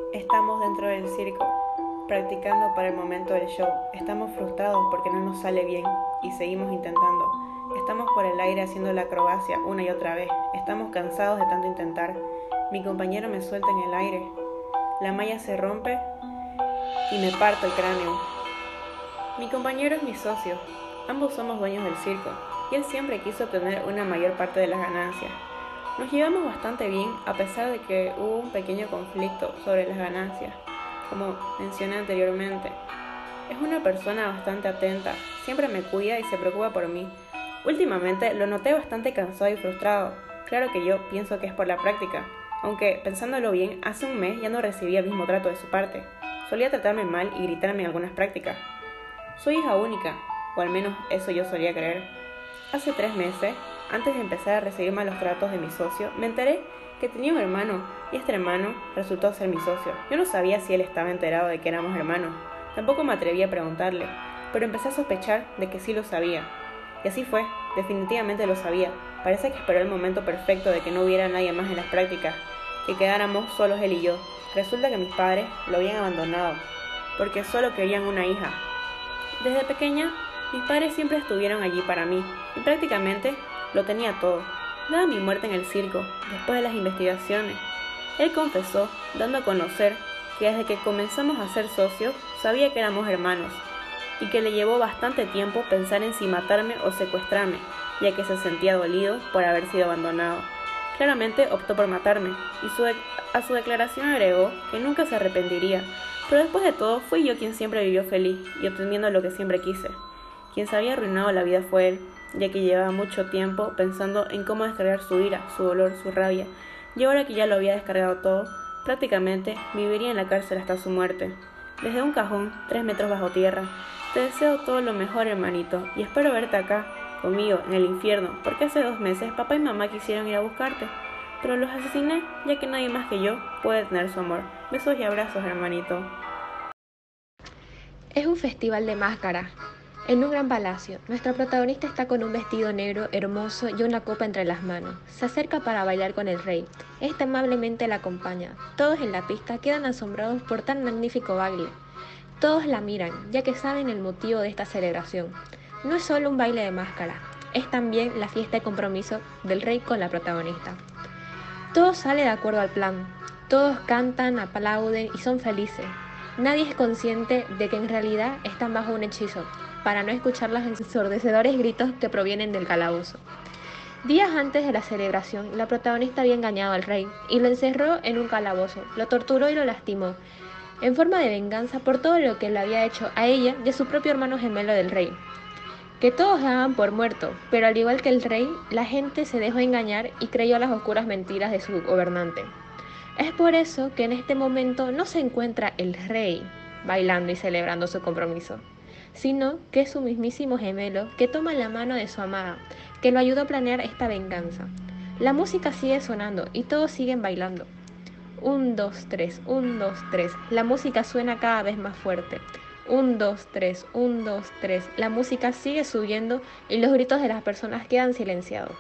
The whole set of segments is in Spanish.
Estamos dentro del circo, practicando para el momento del show. Estamos frustrados porque no nos sale bien y seguimos intentando. Estamos por el aire haciendo la acrobacia una y otra vez. Estamos cansados de tanto intentar. Mi compañero me suelta en el aire. La malla se rompe y me parto el cráneo. Mi compañero es mi socio. Ambos somos dueños del circo y él siempre quiso tener una mayor parte de las ganancias. Nos llevamos bastante bien a pesar de que hubo un pequeño conflicto sobre las ganancias, como mencioné anteriormente. Es una persona bastante atenta, siempre me cuida y se preocupa por mí. Últimamente lo noté bastante cansado y frustrado. Claro que yo pienso que es por la práctica, aunque pensándolo bien, hace un mes ya no recibía el mismo trato de su parte. Solía tratarme mal y gritarme en algunas prácticas. Soy hija única, o al menos eso yo solía creer. Hace 3 meses, antes de empezar a recibir malos tratos de mi socio, me enteré que tenía un hermano, y este hermano resultó ser mi socio. Yo no sabía si él estaba enterado de que éramos hermanos. Tampoco me atreví a preguntarle, pero empecé a sospechar de que sí lo sabía. Y así fue, definitivamente lo sabía. Parece que esperó el momento perfecto de que no hubiera nadie más en las prácticas, que quedáramos solos él y yo. Resulta que mis padres lo habían abandonado, porque solo querían una hija. Desde pequeña, mis padres siempre estuvieron allí para mí, y prácticamente lo tenía todo. Dada mi muerte en el circo, después de las investigaciones, él confesó, dando a conocer que desde que comenzamos a ser socios, sabía que éramos hermanos, y que le llevó bastante tiempo pensar en si matarme o secuestrarme, ya que se sentía dolido por haber sido abandonado. Claramente optó por matarme, y a su declaración agregó que nunca se arrepentiría, pero después de todo fui yo quien siempre vivió feliz y obteniendo lo que siempre quise. Quien se había arruinado la vida fue él, ya que llevaba mucho tiempo pensando en cómo descargar su ira, su dolor, su rabia, y ahora que ya lo había descargado todo, prácticamente viviría en la cárcel hasta su muerte. Desde un cajón, 3 metros bajo tierra, te deseo todo lo mejor, hermanito, y espero verte acá, conmigo, en el infierno, porque hace 2 meses papá y mamá quisieron ir a buscarte, pero los asesiné, ya que nadie más que yo puede tener su amor. Besos y abrazos, hermanito. Es un festival de máscaras. En un gran palacio, nuestra protagonista está con un vestido negro hermoso y una copa entre las manos. Se acerca para bailar con el rey. Este amablemente la acompaña. Todos en la pista quedan asombrados por tan magnífico baile. Todos la miran, ya que saben el motivo de esta celebración. No es solo un baile de máscara, es también la fiesta de compromiso del rey con la protagonista. Todo sale de acuerdo al plan. Todos cantan, aplauden y son felices. Nadie es consciente de que en realidad están bajo un hechizo, para no escuchar los ensordecedores gritos que provienen del calabozo. Días antes de la celebración, la protagonista había engañado al rey y lo encerró en un calabozo, lo torturó y lo lastimó, en forma de venganza por todo lo que le había hecho a ella y a su propio hermano gemelo del rey, que todos daban por muerto, pero al igual que el rey, la gente se dejó engañar y creyó las oscuras mentiras de su gobernante. Es por eso que en este momento no se encuentra el rey bailando y celebrando su compromiso, sino que es su mismísimo gemelo que toma la mano de su amada, que lo ayudó a planear esta venganza. La música sigue sonando y todos siguen bailando. 1, 2, 3, 1, 2, 3. La música suena cada vez más fuerte. 1, 2, 3, 1, 2, 3. La música sigue subiendo y los gritos de las personas quedan silenciados.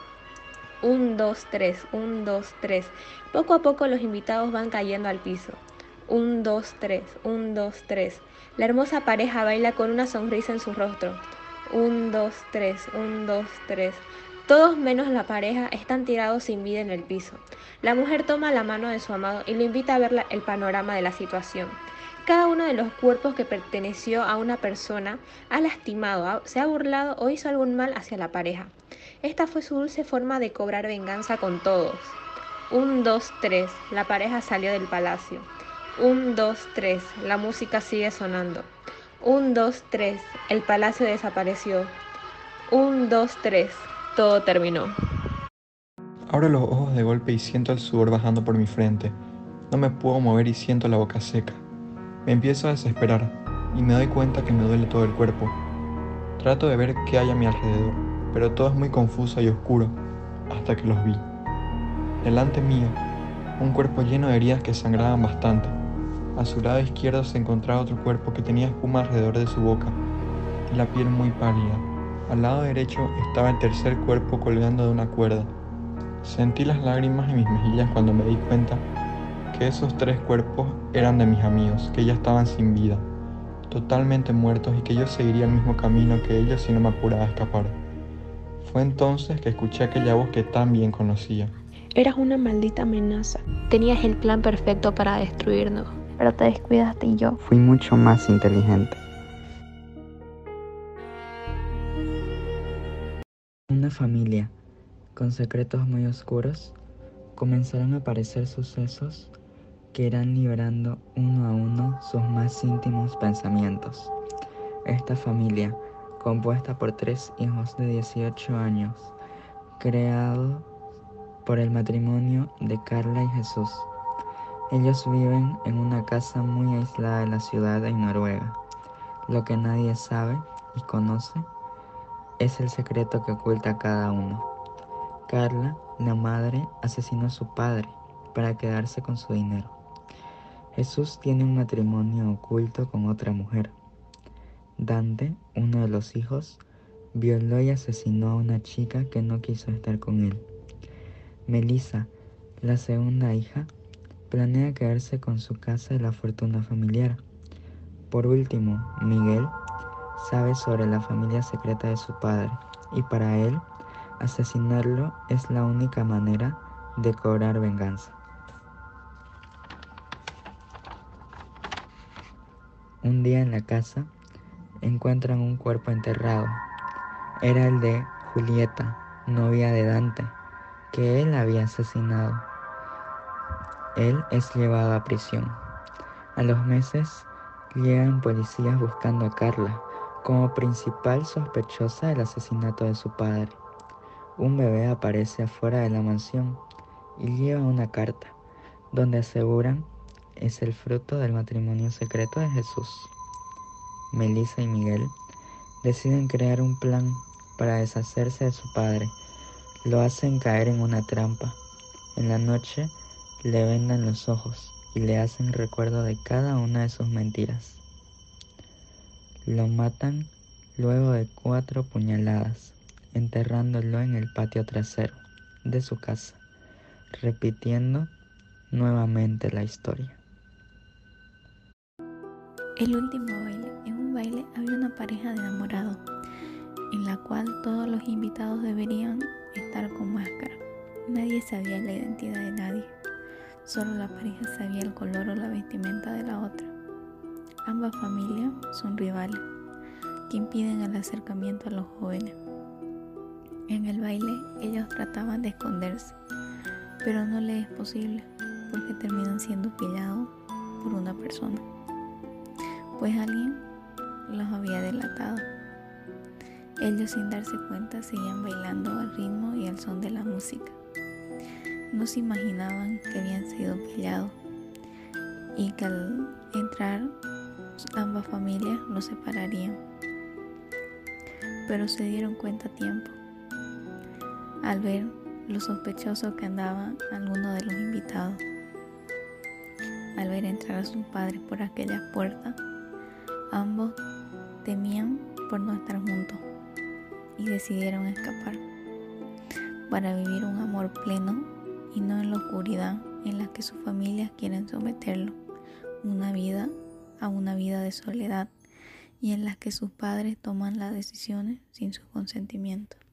1, 2, 3, 1, 2, 3. Poco a poco los invitados van cayendo al piso. 1, 2, 3, 1, 2, 3. La hermosa pareja baila con una sonrisa en su rostro. 1, 2, 3, 1, 2, 3. Todos menos la pareja están tirados sin vida en el piso. La mujer toma la mano de su amado y lo invita a ver el panorama de la situación. Cada uno de los cuerpos que perteneció a una persona ha lastimado, se ha burlado o hizo algún mal hacia la pareja. Esta fue su dulce forma de cobrar venganza con todos. 1, 2, 3. La pareja salió del palacio. 1, 2, 3. La música sigue sonando. 1, 2, 3. El palacio desapareció. 1, 2, 3. Todo terminó. Abro los ojos de golpe y siento el sudor bajando por mi frente. No me puedo mover y siento la boca seca. Me empiezo a desesperar y me doy cuenta que me duele todo el cuerpo. Trato de ver qué hay a mi alrededor, pero todo es muy confuso y oscuro, hasta que los vi. Delante mío, un cuerpo lleno de heridas que sangraban bastante. A su lado izquierdo se encontraba otro cuerpo que tenía espuma alrededor de su boca y la piel muy pálida. Al lado derecho estaba el tercer cuerpo colgando de una cuerda. Sentí las lágrimas en mis mejillas cuando me di cuenta que esos 3 cuerpos eran de mis amigos, que ya estaban sin vida, totalmente muertos y que yo seguiría el mismo camino que ellos si no me apuraba a escapar. Fue entonces que escuché aquella voz que tan bien conocía. Eras una maldita amenaza. Tenías el plan perfecto para destruirnos, pero te descuidaste y yo fui mucho más inteligente. Una familia con secretos muy oscuros, comenzaron a aparecer sucesos que irán liberando uno a uno sus más íntimos pensamientos. Esta familia, compuesta por 3 hijos de 18 años, creado por el matrimonio de Carla y Jesús. Ellos viven en una casa muy aislada de la ciudad en Noruega. Lo que nadie sabe y conoce es el secreto que oculta cada uno. Carla, la madre, asesinó a su padre para quedarse con su dinero. Jesús tiene un matrimonio oculto con otra mujer. Dante, uno de los hijos, violó y asesinó a una chica que no quiso estar con él. Melissa, la segunda hija, planea quedarse con su casa y la fortuna familiar. Por último, Miguel sabe sobre la familia secreta de su padre y para él, asesinarlo es la única manera de cobrar venganza. Un día en la casa encuentran un cuerpo enterrado. Era el de Julieta, novia de Dante, que él había asesinado. Él es llevado a prisión. A los meses llegan policías buscando a Carla como principal sospechosa del asesinato de su padre. Un bebé aparece afuera de la mansión y lleva una carta donde aseguran es el fruto del matrimonio secreto de Jesús. Melissa y Miguel deciden crear un plan para deshacerse de su padre. Lo hacen caer en una trampa. En la noche le vendan los ojos y le hacen recuerdo de cada una de sus mentiras. Lo matan luego de 4 puñaladas, enterrándolo en el patio trasero de su casa, repitiendo nuevamente la historia. El último baile. En un baile había una pareja de enamorados, en la cual todos los invitados deberían estar con máscara. Nadie sabía la identidad de nadie, solo la pareja sabía el color o la vestimenta de la otra. Ambas familias son rivales, que impiden el acercamiento a los jóvenes. En el baile ellos trataban de esconderse, pero no les es posible, porque terminan siendo pillados por una persona, pues alguien los había delatado. Ellos, sin darse cuenta, seguían bailando al ritmo y al son de la música. No se imaginaban que habían sido pillados y que al entrar ambas familias los separarían. Pero se dieron cuenta a tiempo, al ver lo sospechoso que andaban algunos de los invitados. Al ver entrar a sus padres por aquella puerta, ambos temían por no estar juntos y decidieron escapar para vivir un amor pleno y no en la oscuridad en la que sus familias quieren someterlo a una vida de soledad y en la que sus padres toman las decisiones sin su consentimiento.